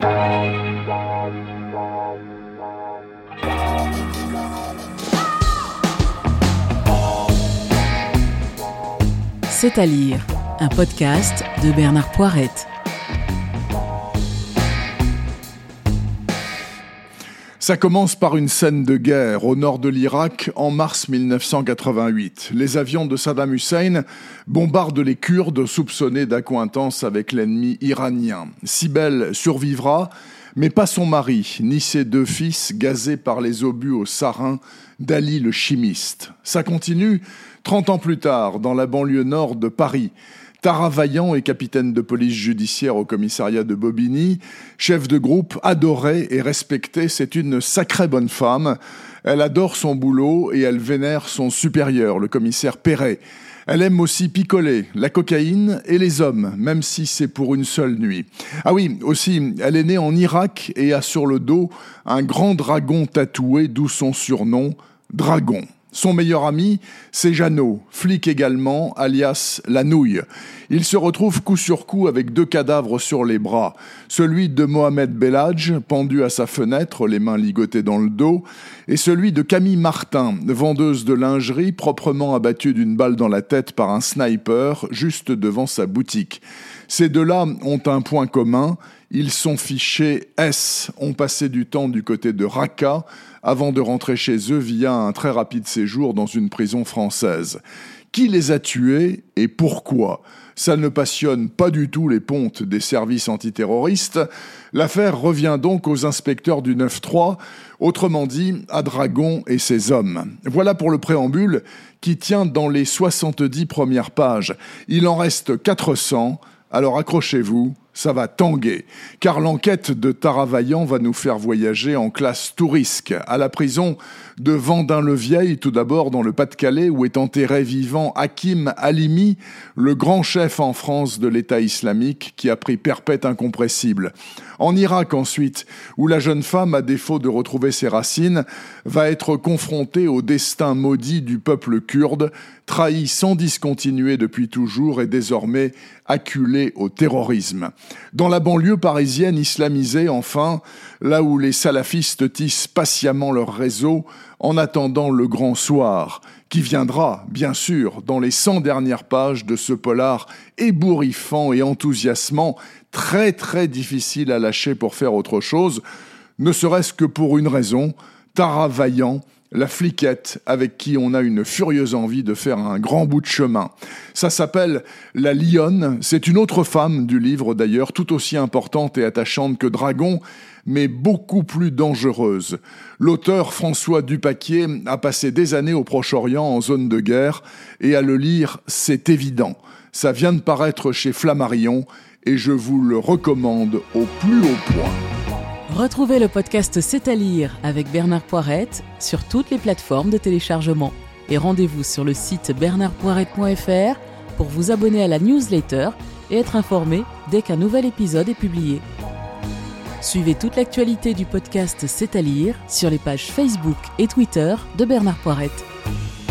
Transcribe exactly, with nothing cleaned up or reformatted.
C'est à lire, un podcast de Bernard Poirette. Ça commence par une scène de guerre au nord de l'Irak en mars mille neuf cent quatre-vingt-huit. Les avions de Saddam Hussein bombardent les Kurdes soupçonnés d'accointance avec l'ennemi iranien. Sibel survivra, mais pas son mari, ni ses deux fils gazés par les obus au sarin d'Ali le chimiste. Ça continue trente ans plus tard, dans la banlieue nord de Paris. Tara Vaillant est capitaine de police judiciaire au commissariat de Bobigny, chef de groupe, adorée et respectée, c'est une sacrée bonne femme. Elle adore son boulot et elle vénère son supérieur, le commissaire Perret. Elle aime aussi picoler, la cocaïne et les hommes, même si c'est pour une seule nuit. Ah oui, aussi, elle est née en Irak et a sur le dos un grand dragon tatoué, d'où son surnom, Dragon. Son meilleur ami, c'est Jeannot, flic également, alias La Nouille. Il se retrouve coup sur coup avec deux cadavres sur les bras. Celui de Mohamed Belhadj, pendu à sa fenêtre, les mains ligotées dans le dos, et celui de Camille Martin, vendeuse de lingerie, proprement abattue d'une balle dans la tête par un sniper, juste devant sa boutique. Ces deux-là ont un point commun, ils sont fichés S, ont passé du temps du côté de Raqqa, avant de rentrer chez eux via un très rapide séjour dans une prison française. Qui les a tués et pourquoi ? Ça ne passionne pas du tout les pontes des services antiterroristes. L'affaire revient donc aux inspecteurs du neuf trois, autrement dit à Dragon et ses hommes. Voilà pour le préambule qui tient dans les soixante-dix premières pages. Il en reste quatre cents, alors accrochez-vous. Ça va tanguer, car l'enquête de Tara Vaillant va nous faire voyager en classe tout risque, à la prison de Vendin-le-Vieil, tout d'abord dans le Pas-de-Calais, où est enterré vivant Hakim Halimi, le grand chef en France de l'État islamique, qui a pris perpète incompressible. En Irak ensuite, où la jeune femme, à défaut de retrouver ses racines, va être confrontée au destin maudit du peuple kurde, trahi sans discontinuer depuis toujours et désormais acculé au terrorisme. Dans la banlieue parisienne islamisée, enfin, là où les salafistes tissent patiemment leur réseau en attendant le grand soir, qui viendra, bien sûr, dans les cent dernières pages de ce polar ébouriffant et enthousiasmant, très très difficile à lâcher pour faire autre chose, ne serait-ce que pour une raison, Tara Vaillant, la fliquette avec qui on a une furieuse envie de faire un grand bout de chemin. Ça s'appelle La Lionne, c'est une autre femme du livre d'ailleurs, tout aussi importante et attachante que Dragon, mais beaucoup plus dangereuse. L'auteur François Dupaquier a passé des années au Proche-Orient en zone de guerre, et à le lire, c'est évident. Ça vient de paraître chez Flammarion, et je vous le recommande au plus haut point. Retrouvez le podcast C'est à lire avec Bernard Poirette sur toutes les plateformes de téléchargement. Et rendez-vous sur le site bernard poirette point f r pour vous abonner à la newsletter et être informé dès qu'un nouvel épisode est publié. Suivez toute l'actualité du podcast C'est à lire sur les pages Facebook et Twitter de Bernard Poirette.